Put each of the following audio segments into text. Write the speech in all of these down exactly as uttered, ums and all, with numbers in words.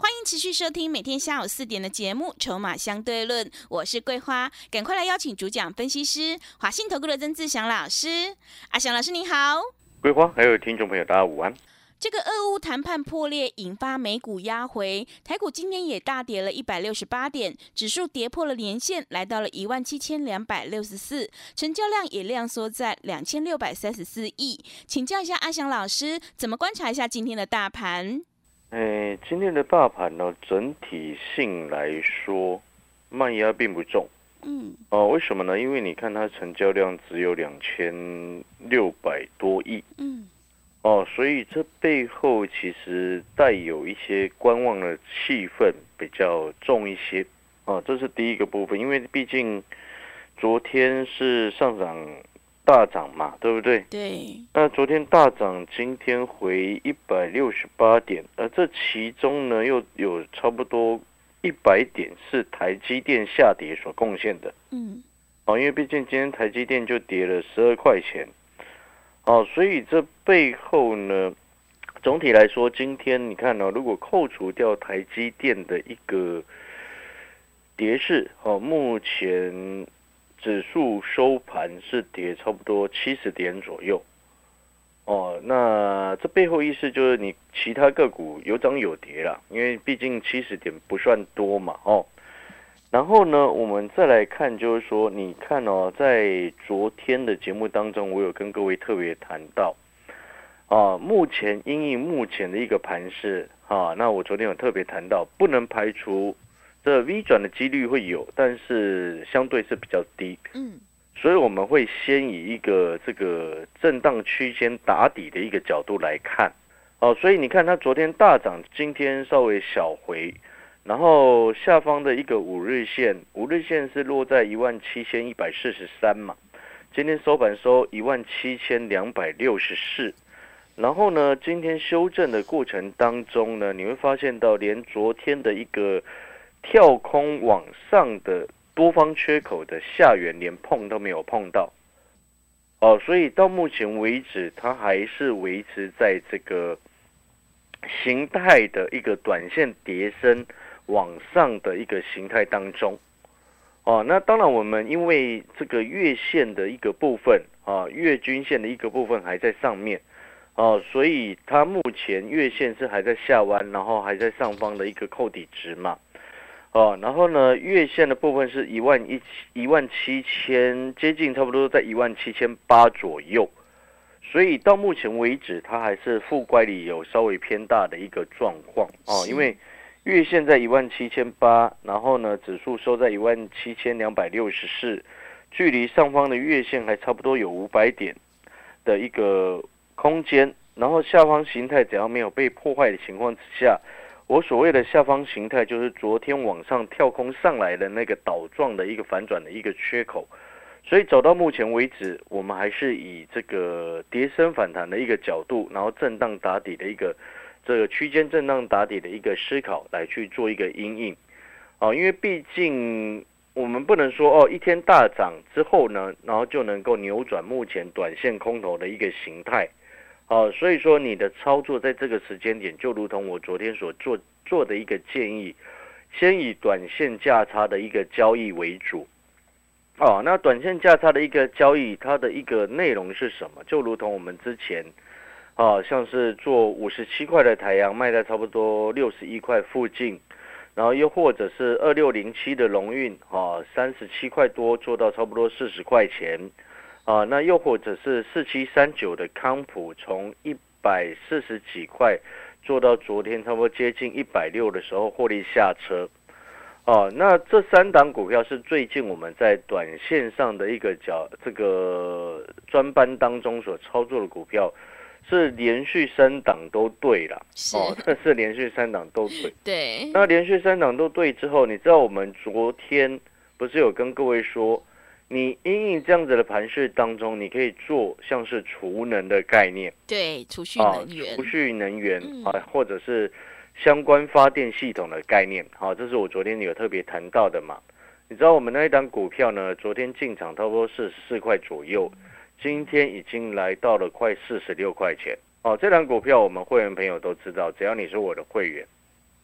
欢迎持续收听每天下午四点的节目《筹码相对论》，我是桂花，赶快来邀请主讲分析师华信投顾的曾志祥老师。阿祥老师你好。 桂花还有听众朋友大家午安。 这个俄乌谈判破裂，引发美股压回，台股今天也大跌了一百六十八点，指数跌破了年线，来到了一万七千两百六十四，成交量也量缩在两千六百三十四亿。请教一下阿祥老师，怎么观察一下今天的大盘？ 诶，今天的大盘呢，整体性来说，卖压并不重。 嗯， 哦，为什么呢？因为你看它成交量只有两千六百多亿。 嗯。 哦，所以这背后其实带有一些观望的气氛比较重一些。哦，这是第一个部分，因为毕竟昨天是上涨大涨嘛，对不对？ 对。 那昨天大涨，今天回一百六十八点，而这其中呢，又有差不多一百点是台积电下跌所贡献的。 嗯。 哦，因为毕竟今天台积电就跌了十二块钱。哦，所以这背后呢，总体来说，今天你看呢、哦，如果扣除掉台积电的一个跌势，哦，目前指数收盘是跌差不多七十点左右。哦，那这背后意思就是你其他个股有涨有跌啦，因为毕竟七十点不算多嘛，哦。然后呢，我们再来看，就是说，你看哦，在昨天的节目当中，我有跟各位特别谈到，啊，目前因应目前的一个盘势，啊，那我昨天有特别谈到，不能排除这 V 转的几率会有，但是相对是比较低， 嗯， 所以我们会先以一个这个震荡区间打底的一个角度来看，哦，所以你看它昨天大涨，今天稍微小回。然后下方的一个五日线，五日线是落在一万七千一百四十三嘛，今天收盘收一万七千两百六十四，然后呢，今天修正的过程当中呢，你会发现到连昨天的一个跳空往上的多方缺口的下缘连碰都没有碰到，哦，所以到目前为止，它还是维持在这个形态的一个短线跌升往上的一个形态当中，哦，那当然我们因为这个月线的一个部分啊，月均线的一个部分还在上面，哦，所以它目前月线是还在下弯，然后还在上方的一个扣底值嘛，哦，然后呢，月线的部分是一万一一万七千，接近差不多在一万七千八左右，所以到目前为止，它还是负乖离有稍微偏大的一个状况哦，因为月线在一万七千八，然后呢，指数收在一万七千两百六十四，距离上方的月线还差不多有五百点的一个空间，然后下方形态只要没有被破坏的情况之下，我所谓的下方形态就是昨天往上跳空上来的那个倒状的一个反转的一个缺口，所以走到目前为止，我们还是以这个跌升反弹的一个角度，然后震荡打底的一个这个区间震荡打底的一个思考来去做一个因应，哦，因为毕竟我们不能说哦一天大涨之后呢，然后就能够扭转目前短线空头的一个形态，哦，所以说你的操作在这个时间点，就如同我昨天所做做的一个建议，先以短线价差的一个交易为主。哦，那短线价差的一个交易，它的一个内容是什么？就如同我们之前。啊，像是做五十七块的台阳卖在差不多六十一块附近，然后又或者是二六零七的龙运啊，三十七块多做到差不多四十块钱，啊，那又或者是四七三九的康普从一百四十几块做到昨天差不多接近一百六的时候获利下车，哦、啊，那这三档股票是最近我们在短线上的一个角这个专班当中所操作的股票。是连续三档都对了，哦，这是连续三档都对。 对。 那连续三档都对之后，你知道我们昨天不是有跟各位说，你因应这样子的盘势当中，你可以做像是储能的概念， 对，储蓄能源， 啊、储蓄能源、 嗯、 啊，或者是相关发电系统的概念，好、啊，这是我昨天有特别谈到的嘛。你知道我们那一档股票呢，昨天进场差不多四十四块左右。今天已经来到了快四十六块钱哦，这档股票我们会员朋友都知道，只要你是我的会员，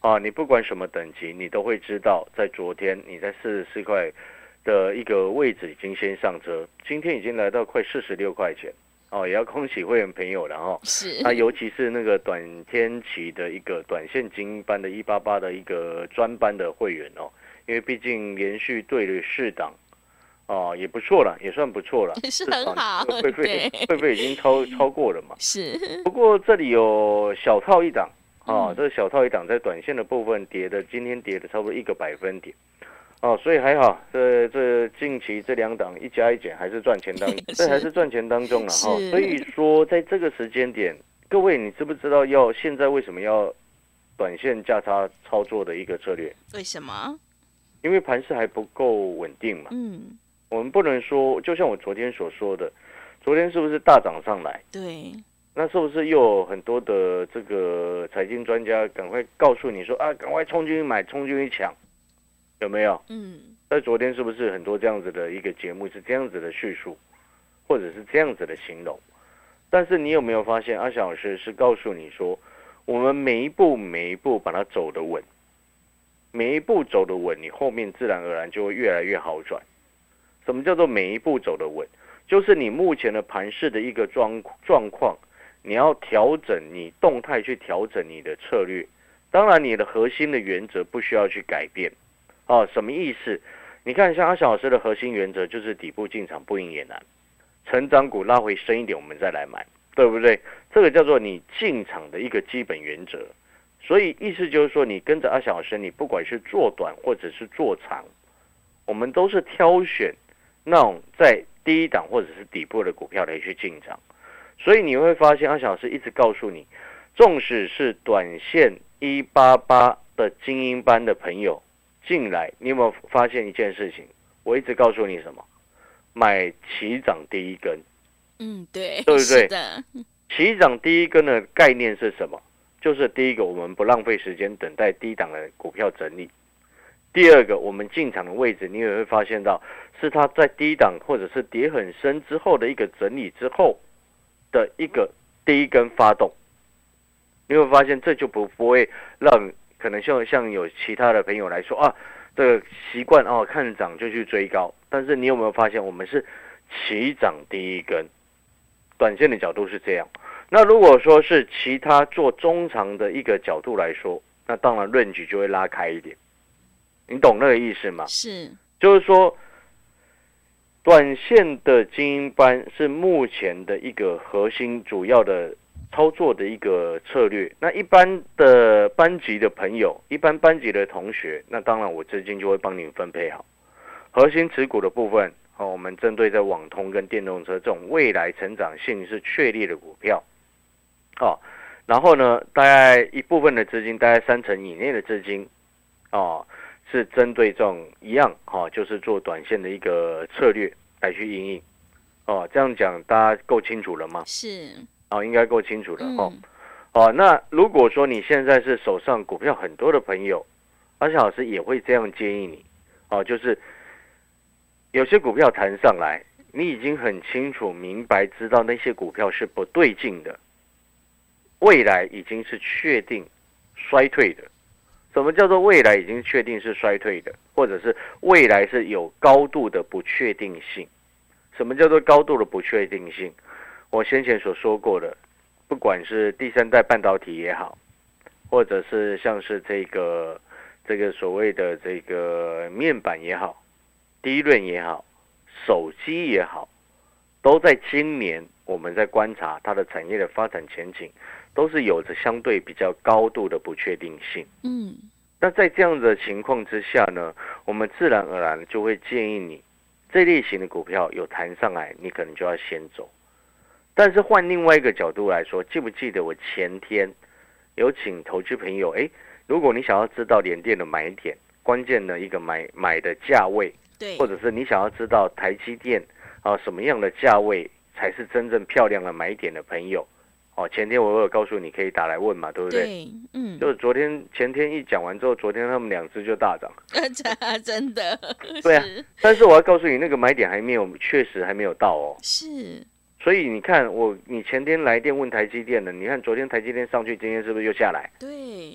啊，你不管什么等级，你都会知道，在昨天你在四十四块的一个位置已经先上车，今天已经来到快四十六块钱。哦，也要恭喜会员朋友了哈。 是。 那尤其是那个短天期的一个短线精英班的一八八的一个专班的会员哦，因为毕竟连续对了四档，哦，也不错了，也算不错了， 是很好。 会费会费已经超超过了嘛。 是。 不过这里有小套一档啊，这个小套一档在短线的部分跌的，今天跌的差不多一个百分点。哦，所以还好，这这近期这两档一加一减还是赚钱当，这还是赚钱当中了哈。所以说，在这个时间点，各位你知不知道要现在为什么要短线价差操作的一个策略？ 为什么？ 因为盘势还不够稳定嘛。 嗯， 我们不能说，就像我昨天所说的，昨天是不是大涨上来？ 对。 那是不是又有很多的这个财经专家赶快告诉你说啊，赶快冲进去买，冲进去抢？有没有？ 嗯， 在昨天是不是很多这样子的一个节目是这样子的叙述，或者是这样子的形容？但是你有没有发现，阿翔老师是告诉你说，我们每一步每一步把它走得稳，每一步走得稳，你后面自然而然就会越来越好转。什么叫做每一步走得稳？就是你目前的盘势的一个状状况，你要调整你动态去调整你的策略。当然，你的核心的原则不需要去改变。哦，什么意思？你看，像阿翔老师的核心原则就是底部进场不赢也难，成长股拉回深一点我们再来买，对不对？这个叫做你进场的一个基本原则。所以意思就是说，你跟着阿翔老师，你不管是做短或者是做长，我们都是挑选那种在低档或者是底部的股票来去进场。所以你会发现，阿翔老师一直告诉你，纵使是短线一八八的精英班的朋友进来，你有没有发现一件事情？我一直告诉你什么？买起涨第一根。 嗯，对， 对不对？ 是的。 起涨第一根的概念是什么？就是第一个，我们不浪费时间等待低档的股票整理；第二个，我们进场的位置，你也会发现到是它在低档或者是跌很深之后的一个整理之后的一个第一根发动。你会发现这就不不会让可能像像有其他的朋友来说啊，这个习惯哦看涨就去追高，但是你有没有发现我们是起涨第一根，短线的角度是这样。那如果说是其他做中长的一个角度来说，那当然论据就会拉开一点，你懂那个意思吗？ 是， 就是说短线的精英班是目前的一个核心主要的操作的一个策略。那一般的班级的朋友，一般班级的同学，那当然我资金就会帮您分配好。核心持股的部分，哦，我们针对在网通跟电动车这种未来成长性是确立的股票，哦，然后呢，大概一部分的资金，大概三成以内的资金，哦，是针对这种一样，哦，就是做短线的一个策略来去因应，哦，这样讲大家够清楚了吗？ 是。 哦，应该够清楚了哦。 嗯、 哦，那如果说你现在是手上股票很多的朋友，阿翔老师也会这样建议你，哦，就是有些股票弹上来，你已经很清楚明白知道那些股票是不对劲的，未来已经是确定衰退的。什么叫做未来已经确定是衰退的，或者是未来是有高度的不确定性？什么叫做高度的不确定性？我先前所说过的，不管是第三代半导体也好，或者是像是这个这个所谓的这个面板也好，低润也好，手机也好，都在今年我们在观察它的产业的发展前景，都是有着相对比较高度的不确定性。 嗯， 那在这样的情况之下呢，我们自然而然就会建议你，这类型的股票有弹上来，你可能就要先走。但是换另外一个角度来说，记不记得我前天有请投资朋友，诶，如果你想要知道联电的买点，关键的一个买买的价位， 对， 或者是你想要知道台积电啊什么样的价位才是真正漂亮的买点的朋友，哦，前天我有告诉你可以打来问嘛，对不对？ 对，嗯， 就是昨天前天一讲完之后，昨天他们两只就大涨， 真的， 对啊。但是我要告诉你，那个买点还没有，确实还没有到哦。 是。 所以你看我，你前天来电问台积电的，你看昨天台积电上去，今天是不是又下来？ 对，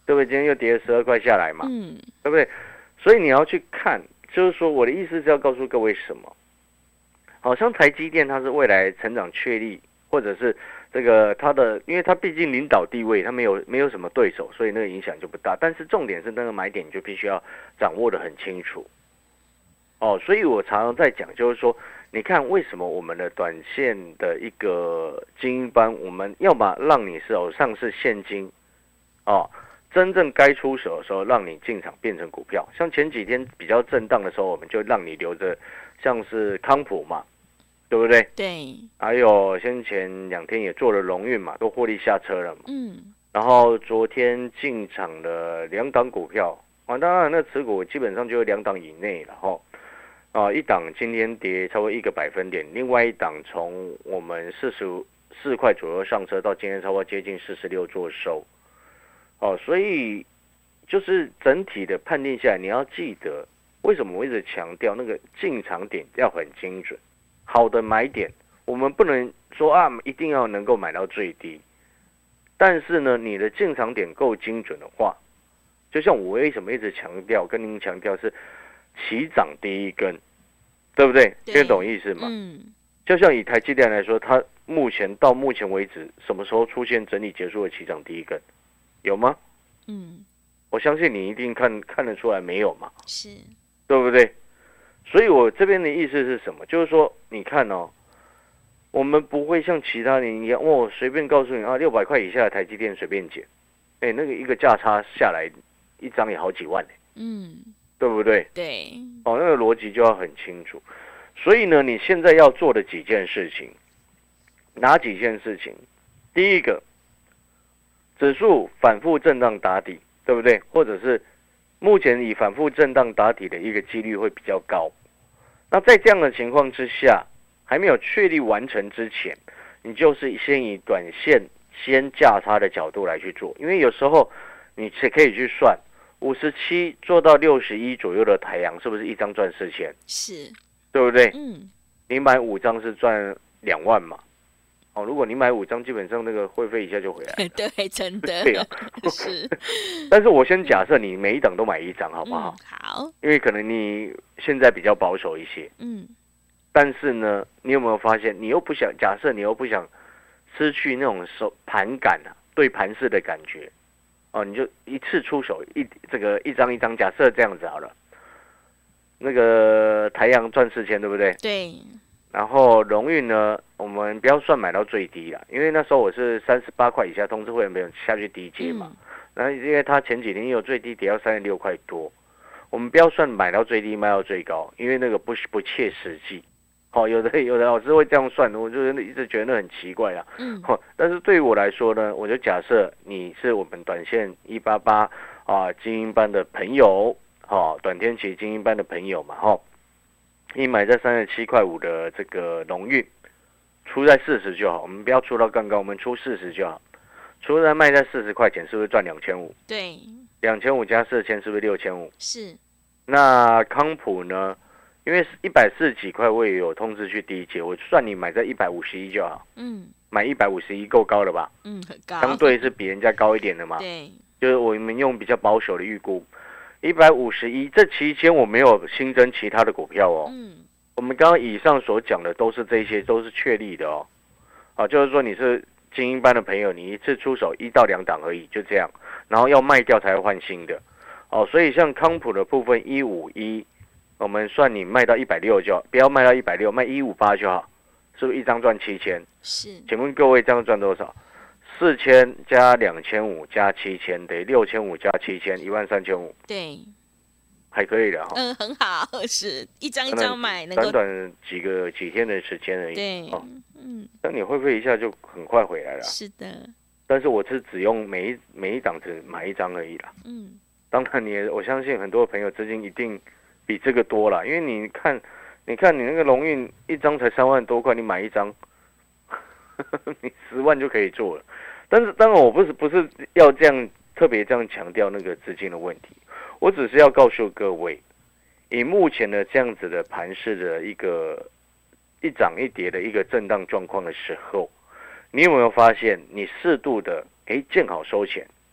对不对？今天又跌了十二块下来嘛， 嗯， 对不对？所以你要去看，就是说我的意思是要告诉各位什么？好像台积电它是未来成长确立，或者是这个它的，因为它毕竟领导地位，它没有没有什么对手，所以那个影响就不大。但是重点是那个买点你就必须要掌握得很清楚。哦，所以我常常在讲，就是说，你看为什么我们的短线的一个精英班，我们要么让你手上是现金，哦，真正该出手的时候，让你进场变成股票。像前几天比较震荡的时候，我们就让你留着，像是康普嘛，对不对？ 对。 还有先前两天也做了荣运嘛，都获利下车了嘛。 嗯。 然后昨天进场的两档股票，啊，当然那持股基本上就两档以内了哈。啊，一档今天跌超过一个百分点，另外一档从我们四十四块左右上车，到今天超过接近四十六做收。哦，所以就是整体的判定下来，你要记得，为什么我一直强调那个进场点要很精准，好的买点，我们不能说啊一定要能够买到最低，但是呢，你的进场点够精准的话，就像我为什么一直强调，跟您强调是起涨第一根，对不对？听得懂意思吗？嗯。就像以台积电来说，它目前到目前为止，什么时候出现整理结束的起涨第一根？有吗？嗯。我相信你一定看看得出来没有嘛？ 是。 对不对？所以我这边的意思是什么？就是说，你看哦，我们不会像其他人一样，哦，随便告诉你啊，六百块以下的台积电随便捡，哎，那个一个价差下来，一张也好几万呢。嗯。对不对？ 对， 哦，那个逻辑就要很清楚。所以呢，你现在要做的几件事情，哪几件事情？第一个，指数反复震荡打底，对不对？或者是目前以反复震荡打底的一个几率会比较高。那在这样的情况之下，还没有确立完成之前，你就是先以短线先价差的角度来去做，因为有时候你是可以去算。五十七做到六十一左右的台阳，是不是一张赚四千？ 是， 对不对？ 嗯， 你买五张是赚两万嘛？哦，如果你买五张，基本上那个会费一下就回来了。 对，真的。 对啊， 是。 但是我先假设你每一档都买一张，好不好？ 嗯，好。 因为可能你现在比较保守一些， 嗯。 但是呢，你有没有发现，你又不想假设，你又不想失去那种手盘感啊，对盘势的感觉。哦，你就一次出手一这个一张一张，假设这样子好了。那个台阳赚四千，对不对？ 对。 然后荣运呢，我们不要算买到最低啦，因为那时候我是三十八块以下通知会员朋友下去低接嘛。嗯、然后因为他前几天有最低跌到三十六块多，我们不要算买到最低卖到最高，因为那个不不切实际。好、哦，有的有的老师会这样算，我就一直觉得很奇怪啦。嗯。哦，但是对于我来说呢，我就假设你是我们短线一八八啊精英班的朋友，哦，短天期精英班的朋友嘛，哈、哦，你买在三十七块五的这个荣运，出在四十就好，我们不要出到更高，我们出四十就好。出在卖在四十块钱，是不是赚两千五？ 对。 两千五加四千，是不是六千五？ 是。 那康普呢？因为一百四十几块，我也有通知去低接，我算你买在一百五十一就好。嗯，买一百五十一够高了吧？ 嗯，很高， 相对是比人家高一点的嘛。 对， 就是我们用比较保守的预估，一百五十一这期间我没有新增其他的股票哦。嗯，我们刚刚以上所讲的都是这些，都是确立的哦。啊，就是说你是精英班的朋友，你一次出手一到两档而已，就这样，然后要卖掉才会换新的。哦，所以像康普的部分一五一。我们算你卖到一百六就好，不要卖到一百六，卖一五八就好，是不是一张赚七千？ 是。 请问各位这样赚多少？四千加两千五加七千，得六千五加七千，一万三千五。 对， 还可以的哈。 嗯，很好，是一张一张买，能够短短几个几天的时间而已。 对，哦、 嗯，那你会不会一下就很快回来了？ 是的。但是我是只用每一每一档只买一张而已啦。嗯，当然你我相信很多朋友资金一定。比这个多啦，因为你看，你看你那个荣运一张才三万多块，你买一张，你十万就可以做了。但是当然我不是不是要这样特别这样强调那个资金的问题，我只是要告诉各位，以目前的这样子的盘势的一个一涨一跌的一个震荡状况的时候，你有没有发现你适度的哎见好收钱，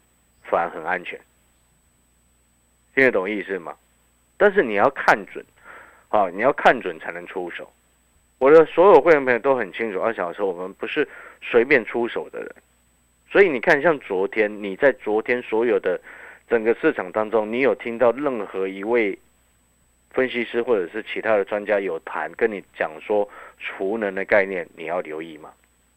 反而很安全，听得懂意思吗？但是你要看准，啊，你要看准才能出手。我的所有会员朋友都很清楚，阿翔说我们不是随便出手的人，所以你看，像昨天你在昨天所有的整个市场当中，你有听到任何一位分析师或者是其他的专家有谈跟你讲说储能的概念，你要留意吗？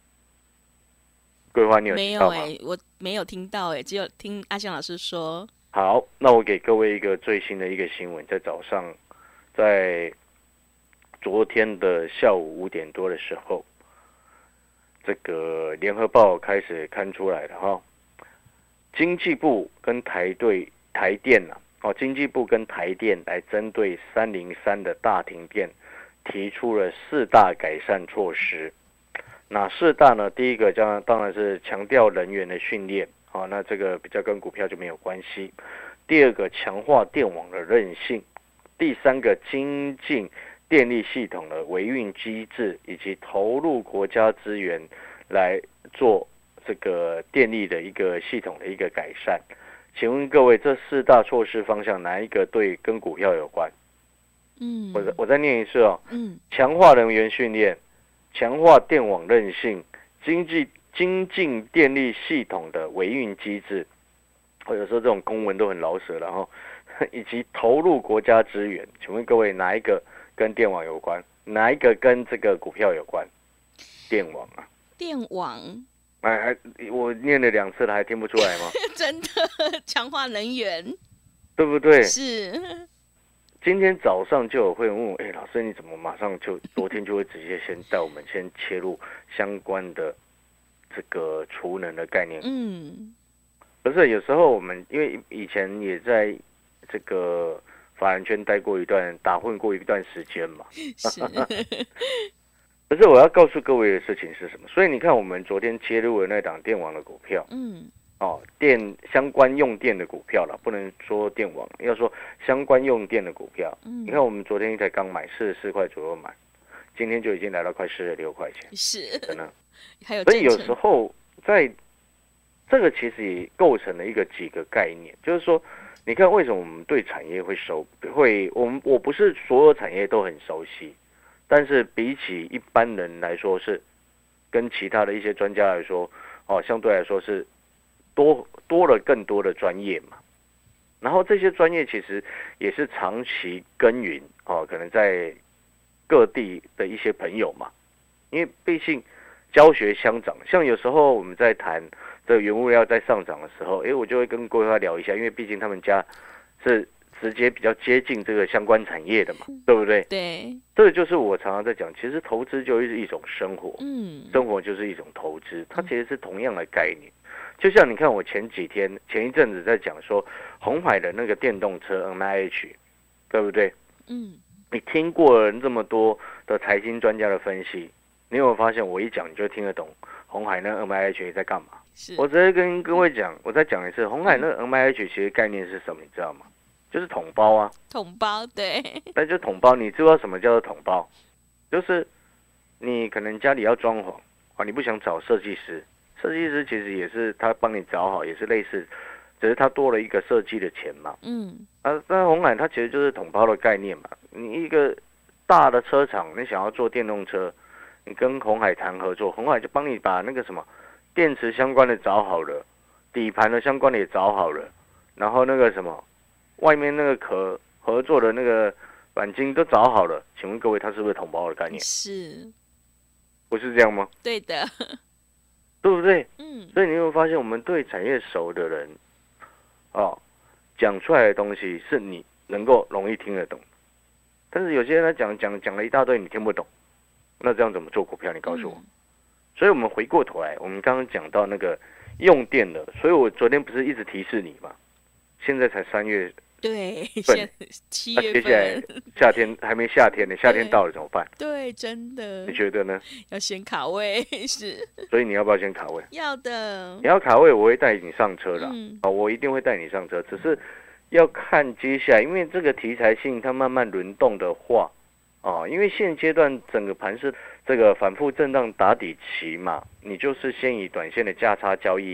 桂花，你有听到吗？ 没有哎、欸，我没有听到哎、欸，只有听阿翔老师说。 好，那我给各位一个最新的一个新闻，在早上，在昨天的下午五点多的时候，这个联合报开始刊出来了哈。经济部跟台对台电呐、啊，哦，经济部跟台电来针对三零三的大停电，提出了四大改善措施。哪四大呢？第一个将当然是强调人员的训练，好、哦，那这个比较跟股票就没有关系。第二个，强化电网的韧性。第三个，精进电力系统的维运机制，以及投入国家资源来做这个电力的一个系统的一个改善。请问各位，这四大措施方向哪一个对跟股票有关？ 嗯， 我我再念一次哦。 嗯， 强化人员训练，强化电网韧性，经济精进电力系统的维运机制。我有时候这种公文都很老舍了哈，以及投入国家资源。请问各位，哪一个跟电网有关？哪一个跟这个股票有关？电网啊， 电网。 哎，还我念了两次了，还听不出来吗？ 真的强化能源， 对不对？ 是。 今天早上就有会问我，哎，老师你怎么马上就昨天就会直接先带我们先切入相关的这个储能的概念？ 嗯。 可是有时候我们因为以前也在这个法人圈待过一段，打混过一段时间嘛。 是。 可是我要告诉各位的事情是什么？所以你看，我们昨天切入了那档电网的股票， 嗯， 哦，电相关用电的股票了，不能说电网，要说相关用电的股票。嗯，你看我们昨天才刚买四十四块左右买，今天就已经来到快四十六块钱， 是， 真的。 还有， 所以有时候在这个其实也构成了一个几个概念，就是说，你看为什么我们对产业会熟，会我们我不是所有产业都很熟悉，但是比起一般人来说是，跟其他的一些专家来说，哦，相对来说是多多了更多的专业嘛。然后这些专业其实也是长期耕耘哦，可能在各地的一些朋友嘛，因为毕竟教学相长，像有时候我们在谈这个原物料在上涨的时候，哎，我就会跟各位聊一下，因为毕竟他们家是直接比较接近这个相关产业的嘛，对不对？ 对， 这个就是我常常在讲，其实投资就是一种生活， 嗯， 生活就是一种投资，它其实是同样的概念。就像你看，我前几天前一阵子在讲说鸿海的那个电动车 N I H， 对不对？ 嗯， 你听过了这么多的财经专家的分析，你有没有发现我一讲你就听得懂鸿海那 N I H 在干嘛？ 是， 我直接跟各位讲，我再讲一次，鸿海那 N I H 其实概念是什么，你知道吗？就是统包啊， 统包，对， 那就统包。你知道什么叫做统包？就是你可能家里要装潢啊，你不想找设计师，设计师其实也是他帮你找好，也是类似，只是他多了一个设计的钱嘛。 嗯， 啊，那鸿海它其实就是统包的概念嘛。你一个大的车厂，你想要做电动车，你跟鸿海谈合作，鸿海就帮你把那个什么电池相关的找好了，底盘的相关的也找好了，然后那个什么外面那个壳合作的那个钣金都找好了。请问各位，它是不是统包的概念？ 是， 不是这样吗？ 对的， 对不对？ 嗯， 所以你有没有发现，我们对产业熟的人，哦，讲出来的东西是你能够容易听得懂，但是有些人他讲讲讲了一大堆，你听不懂，那这样怎么做股票？你告诉我。嗯、所以我们回过头来，我们刚刚讲到那个用电的，所以我昨天不是一直提示你嘛？现在才三月。 对，现七月份， 接下来夏天还没夏天呢，夏天到了怎么办？ 对，真的。 你觉得呢？ 要先卡位是。 所以你要不要先卡位？ 要的。 你要卡位，我会带你上车啦。 嗯、 哦，我一定会带你上车，只是要看接下来，因为这个题材性它慢慢轮动的话，哦，因为现阶段整个盘是这个反复震荡打底期嘛，你就是先以短线的价差交易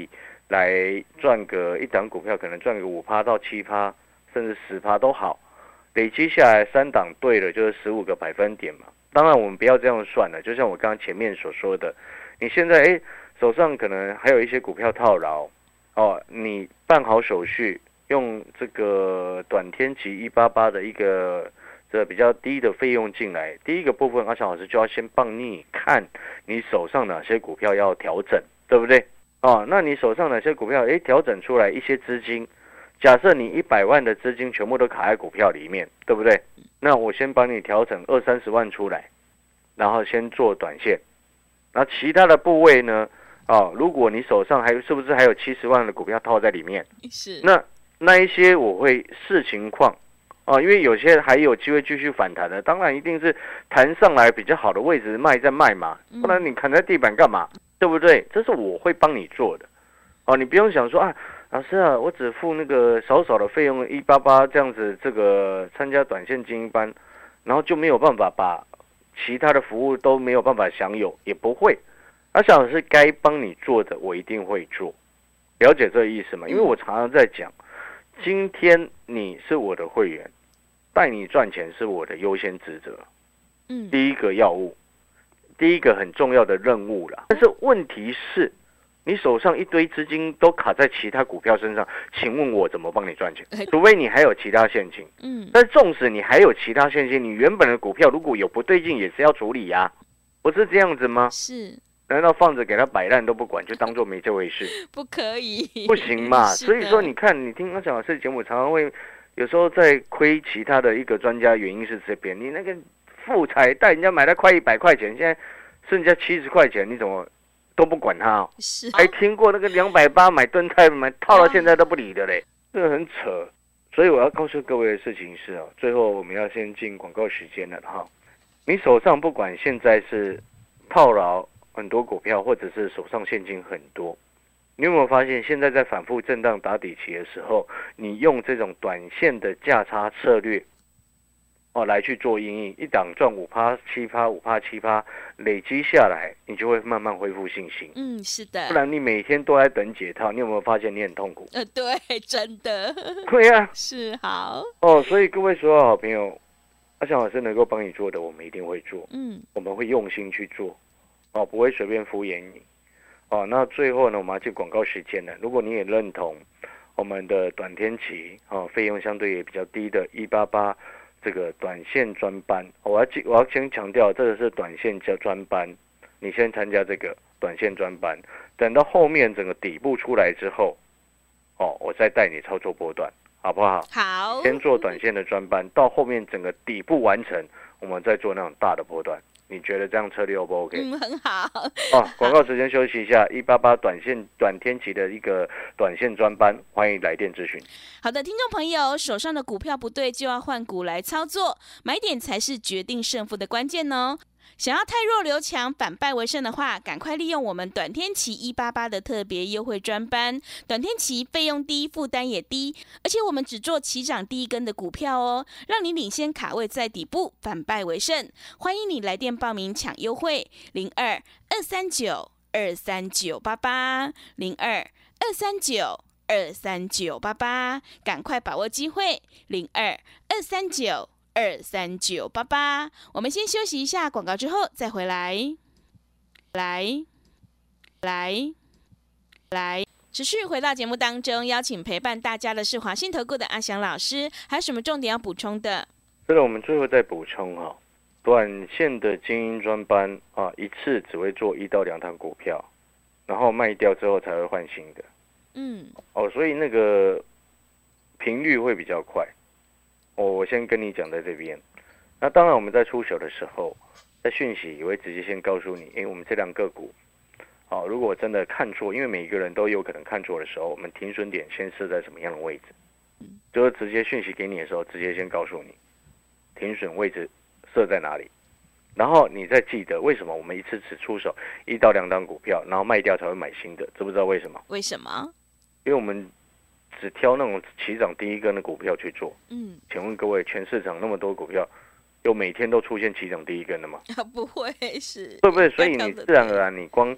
来赚个一档股票，可能赚个五趴到七趴，甚至十趴都好，累积下来三档对了就是十五个百分点嘛。当然我们不要这样算了，就像我刚刚前面所说的，你现在哎手上可能还有一些股票套牢哦，你办好手续，用这个短天期一八八的一个这比较低的费用进来，第一个部分阿翔老师就要先帮你看你手上哪些股票要调整，对不对？哦，那你手上哪些股票哎调整出来一些资金，假设你一百万的资金全部都卡在股票里面，对不对？那我先帮你调整二三十万出来，然后先做短线，然后其他的部位呢，哦，如果你手上还是不是还有七十万的股票套在里面， 是那那一些我会视情况，哦，因为有些还有机会继续反弹的，当然一定是弹上来比较好的位置卖再卖嘛，不然你砍在地板干嘛？对不对？这是我会帮你做的，哦，你不用想说啊。老师啊，我只付那个少少的费用一八八这样子，这个参加短线精英班，然后就没有办法把其他的服务都没有办法享有，也不会。阿翔老师该帮你做的，我一定会做，了解这个意思吗？因为我常常在讲，今天你是我的会员，带你赚钱是我的优先职责，嗯，第一个要务，第一个很重要的任务啦。但是问题是。你手上一堆资金都卡在其他股票身上，请问我怎么帮你赚钱？除非你还有其他现金。嗯，但纵使你还有其他现金，你原本的股票如果有不对劲，也是要处理呀、啊，不是这样子吗？ 是， 难道放着给他摆烂都不管，就当做没这回事？ 不可以， 不行嘛。所以说，你看，你听阿翔老师的节目，常常会有时候在亏其他的一个专家，原因是这边，你那个富彩带人家买了快一百块钱，现在剩下七十块钱，你怎么？都不管他、哦， 是还听过那个两百八买吨菜买套到现在都不理的嘞，这个很扯。所以我要告诉各位的事情是哦，最后我们要先进广告时间了哈。你手上不管现在是套牢很多股票，或者是手上现金很多，你有没有发现现在在反复震荡打底期的时候，你用这种短线的价差策略。哦，来去做因应，一档赚五趴、七趴、五趴、七趴，累积下来，你就会慢慢恢复信心。 嗯，是的。 不然你每天都在等解套，你有没有发现你很痛苦？ 呃，对，真的。 对呀、啊， 是好。 哦，所以各位所有好朋友，阿翔老师能够帮你做的，我们一定会做。嗯，我们会用心去做，哦，不会随便敷衍你。哦，那最后呢，我们要进广告时间了。如果你也认同我们的短天期，哦，费用相对也比较低的一八八。这个短线专班，我要我要先强调，这个是短线叫专班，你先参加这个短线专班，等到后面整个底部出来之后，哦，我再带你操作波段，好不好？ 好， 先做短线的专班，到后面整个底部完成，我们再做那种大的波段。你觉得这样策略 O 不 OK？ 嗯，很好。 哦，广告时间休息一下，一八八短线短天期的一个短线专班，欢迎来电咨询。 好的，听众朋友，手上的股票不对，就要换股来操作，买点才是决定胜负的关键哦。想要太弱留强，反败为胜的话，赶快利用我们短天期一八八的特别优惠专班。短天期费用低，负担也低，而且我们只做起涨第一根的股票哦，让你领先卡位在底部，反败为胜。欢迎你来电报名抢优惠，零二二三九二三九八八零二二三九二三九八八，赶快把握机会，零二二三九。二三九八八，我们先休息一下，广告之后再回来。来，来，来，持续回到节目当中，邀请陪伴大家的是华信投顾的阿翔老师，还有什么重点要补充的？ 是的，我们最后再补充哈，短线的精英专班啊，一次只会做一到两趟股票，然后卖掉之后才会换新的。嗯，哦，所以那个频率会比较快。哦，我先跟你讲在这边。那当然，我们在出手的时候，在讯息也会直接先告诉你，因为我们这两个股，好、哦，如果真的看错，因为每一个人都有可能看错的时候，我们停损点先设在什么样的位置？就是直接讯息给你的时候，直接先告诉你停损位置设在哪里，然后你再记得为什么我们一次只出手一到两档股票，然后卖掉才会买新的，知不知道为什么？ 为什么？ 因为我们只挑那种起涨第一根的股票去做。嗯，请问各位，全市场那么多股票，有每天都出现起涨第一根的吗？ 不会是， 对不对？所以你自然而然，你光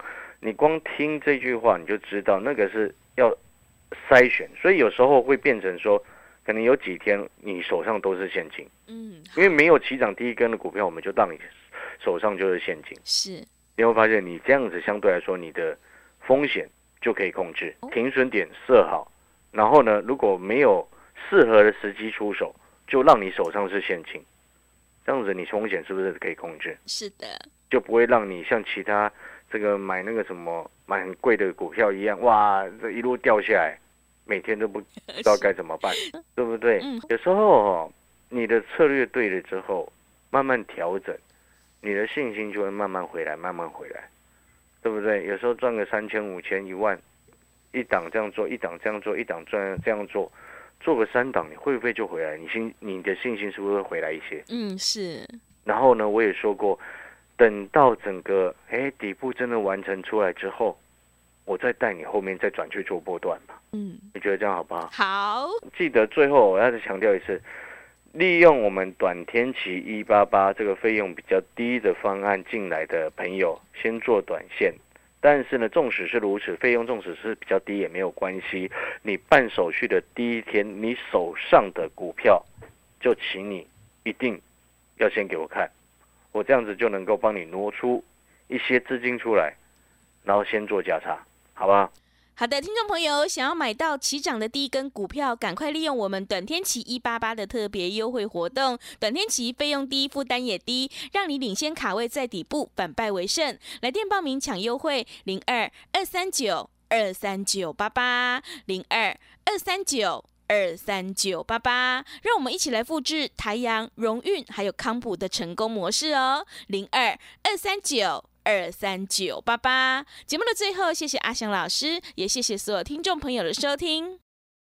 你光听这句话你就知道那个是要筛选，所以有时候会变成说，可能有几天你手上都是现金，嗯，因为没有起涨第一根的股票，我们就让你手上就是现金， 是， 你会发现你这样子相对来说你的风险就可以控制，停损点设好，然后呢，如果没有适合的时机出手，就让你手上是现金，这样子你风险是不是可以控制？ 是的，就不会让你像其他这个买那个什么买很贵的股票一样，哇，这一路掉下来，每天都不知道该怎么办，对不对？嗯、有时候哦，你的策略对了之后，慢慢调整，你的信心就会慢慢回来，慢慢回来，对不对？有时候赚个三千、五千、一万，一档这样做，一档这样做，一档赚这样做，做个三档，你会不会就回来？你信你的信心是不是会回来一些？ 嗯，是。 然后呢，我也说过，等到整个哎底部真的完成出来之后，我再带你后面再转去做波段吧。嗯，你觉得这样好不好？ 好。 记得最后我要再强调一次，利用我们短天期一八八这个费用比较低的方案进来的朋友，先做短线。但是呢，纵使是如此，费用纵使是比较低也没有关系。你办手续的第一天，你手上的股票，就请你一定要先给我看，我这样子就能够帮你挪出一些资金出来，然后先做价差，好不好？ 好的，听众朋友，想要买到起涨的第一根股票，赶快利用我们短天期一八八的特别优惠活动。短天期费用低，负担也低，让你领先卡位在底部，反败为胜。来电报名抢优惠，零二二三九二三九八八零二二三九二三九八八，让我们一起来复制台阳、荣运还有康普的成功模式哦。零二二三九二三九八八。节目的最后，谢谢阿翔老师，也谢谢所有听众朋友的收听。